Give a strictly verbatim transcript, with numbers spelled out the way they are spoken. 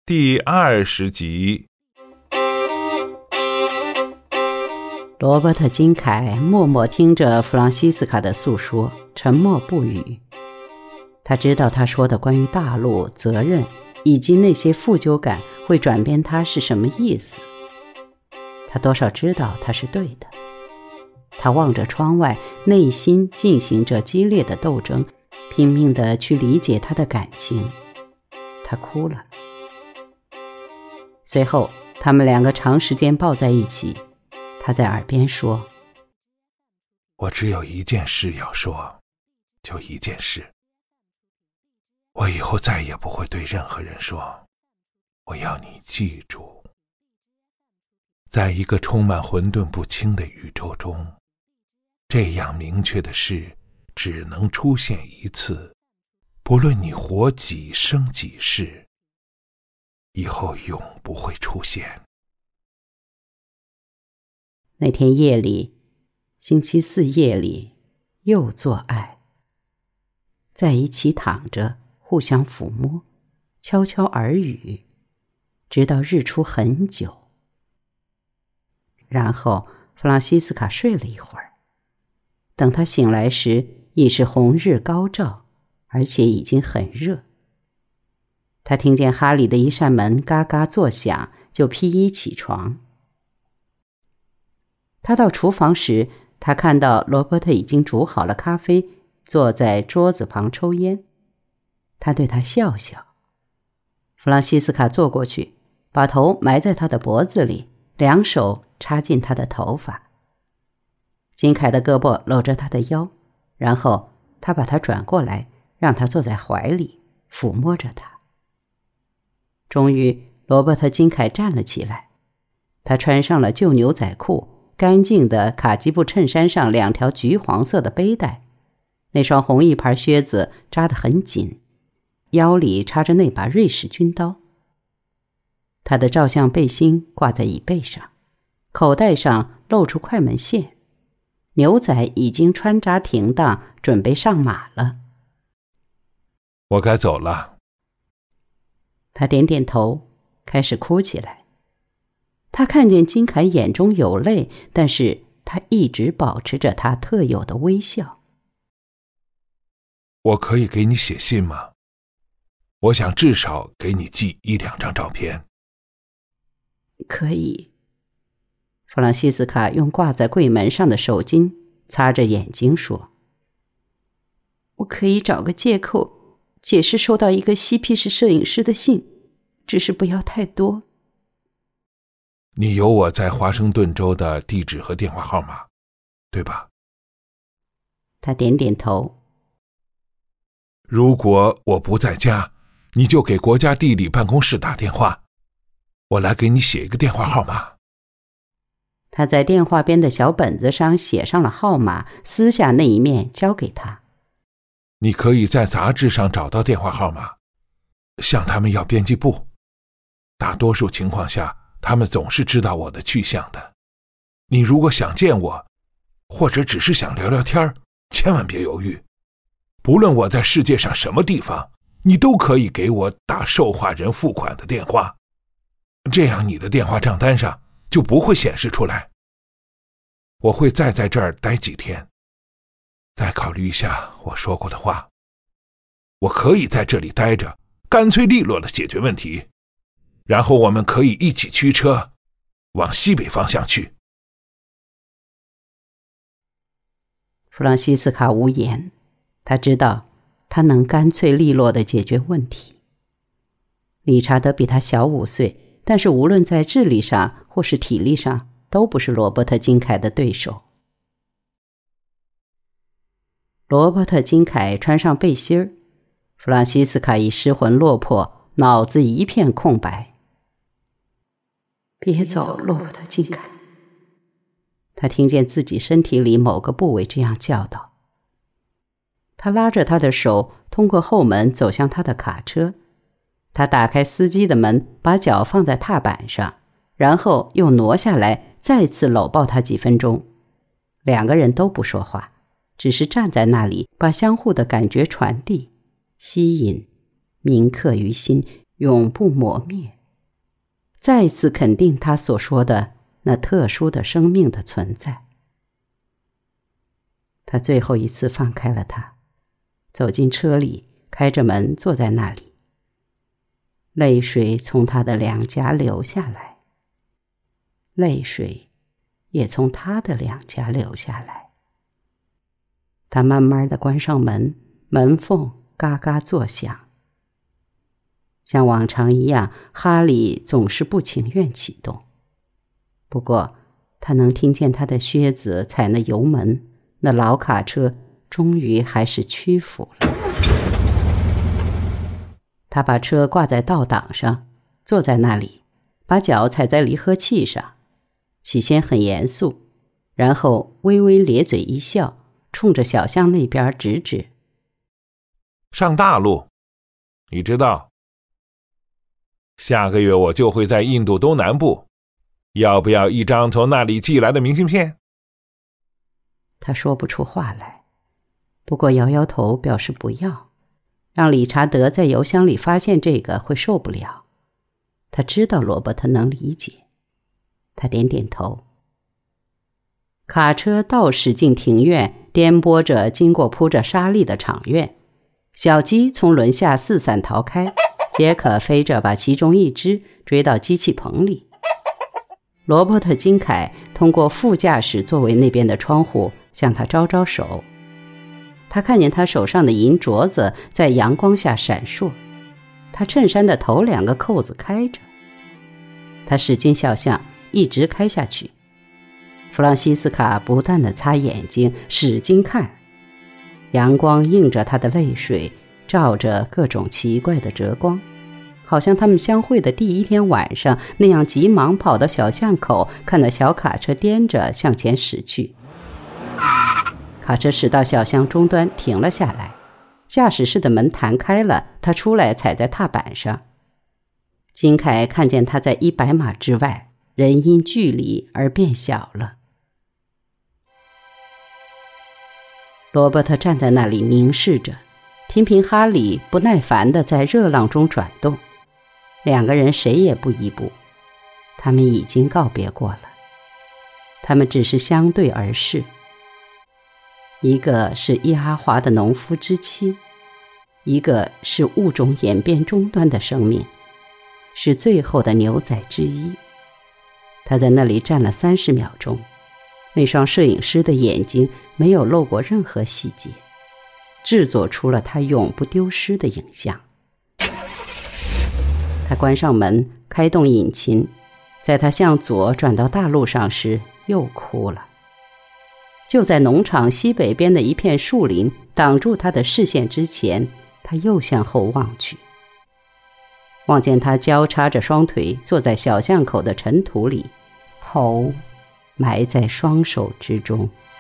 第二十集。 罗伯特·金凯默默听着弗朗西斯卡的诉说，沉默不语。他知道他说的关于大陆、责任以及那些负疚感会转变他是什么意思。他多少知道他是对的。他望着窗外，内心进行着激烈的斗争，拼命地去理解他的感情。他哭了。随后他们两个长时间抱在一起，他在耳边说： 我只有一件事要说，就一件事。我以后再也不会对任何人说，我要你记住，在一个充满混沌不清的宇宙中，这样明确的事只能出现一次，不论你活几生几世，以后永不会出现。 那天夜里，星期四夜里，又做爱，在一起躺着，互相抚摸，悄悄耳语，直到日出很久。然后弗朗西斯卡睡了一会儿，等他醒来时，已是红日高照，而且已经很热。他听见哈里的一扇门嘎嘎作响，就披衣起床。他到厨房时，他看到罗伯特已经煮好了咖啡，坐在桌子旁抽烟。他对他笑笑。弗朗西斯卡坐过去，把头埋在他的脖子里，两手插进他的头发。金凯的胳膊搂着他的腰，然后他把他转过来，让他坐在怀里，抚摸着他。终于，罗伯特·金凯站了起来。他穿上了旧牛仔裤，干净的卡其布衬衫上两条橘黄色的背带，那双红一牌靴子扎得很紧，腰里插着那把瑞士军刀。他的照相背心挂在椅背上，口袋上露出快门线，牛仔已经穿扎停当，准备上马了。 我该走了。 他点点头，开始哭起来。他看见金凯眼中有泪，但是他一直保持着他特有的微笑。 我可以给你写信吗？我想至少给你寄一两张照片。 可以。弗朗西斯卡用挂在柜门上的手巾擦着眼睛说：我可以找个借口解释收到一个嬉皮士摄影师的信，只是不要太多。 你有我在华盛顿州的地址和电话号码，对吧？ 他点点头。 如果我不在家，你就给国家地理办公室打电话，我来给你写一个电话号码。 他在电话边的小本子上写上了号码，撕下那一面交给他。 你可以在杂志上找到电话号码，向他们要编辑部。大多数情况下，他们总是知道我的去向的。你如果想见我，或者只是想聊聊天，千万别犹豫。不论我在世界上什么地方，你都可以给我打受话人付款的电话，这样你的电话账单上就不会显示出来。我会再在这儿待几天，再考虑一下我说过的话。我可以在这里待着，干脆利落地解决问题，然后我们可以一起驱车往西北方向去。 弗朗西斯卡无言，他知道他能干脆利落地解决问题。理查德比他小五岁，但是无论在智力上或是体力上，都不是罗伯特·金凯的对手。罗伯特·金凯穿上背心儿，弗朗西斯卡已失魂落魄，脑子一片空白。别走，罗伯特·金凯。他听见自己身体里某个部位这样叫道。他拉着他的手，通过后门走向他的卡车。他打开司机的门，把脚放在踏板上，然后又挪下来，再次搂抱他几分钟。两个人都不说话，只是站在那里，把相互的感觉传递、吸引，铭刻于心，永不磨灭。 再次肯定他所说的那特殊的生命的存在。他最后一次放开了他，走进车里，开着门坐在那里。泪水从他的两颊流下来，泪水也从他的两颊流下来。他慢慢地关上门，门缝嘎嘎作响。像往常一样，哈里总是不情愿启动。不过，他能听见他的靴子踩那油门，那老卡车终于还是屈服了。他把车挂在倒档上，坐在那里，把脚踩在离合器上，起先很严肃，然后微微咧嘴一笑，冲着小巷那边指指。 上大陆，你知道，下个月我就会在印度东南部，要不要一张从那里寄来的明信片？ 他说不出话来，不过摇摇头表示不要，让理查德在邮箱里发现这个会受不了。他知道罗伯特能理解，他点点头。卡车倒驶进庭院，颠簸着经过铺着沙砾的场院，小鸡从轮下四散逃开，杰克飞着把其中一只追到机器棚里。罗伯特·金凯通过副驾驶座位那边的窗户向他招招手，他看见他手上的银镯子在阳光下闪烁，他衬衫的头两个扣子开着。他驶进小巷，一直开下去。弗朗西斯卡不断地擦眼睛，使劲看，阳光映着他的泪水，照着各种奇怪的折光，好像他们相会的第一天晚上那样，急忙跑到小巷口，看到小卡车颠着向前驶去。卡车驶到小巷终端停了下来，驾驶室的门弹开了，他出来踩在踏板上。金凯看见他在一百码之外，人因距离而变小了。罗伯特站在那里凝视着，听凭哈里不耐烦地在热浪中转动。两个人谁也不移步，他们已经告别过了，他们只是相对而视。一个是伊哈华的农夫之妻，一个是物种演变终端的生命，是最后的牛仔之一。他在那里站了三十秒钟，那双摄影师的眼睛没有漏过任何细节，制作出了他永不丢失的影像。他关上门，开动引擎，在他向左转到大路上时又哭了。就在农场西北边的一片树林挡住他的视线之前，他又向后望去，望见他交叉着双腿坐在小巷口的尘土里，头埋在双手之中。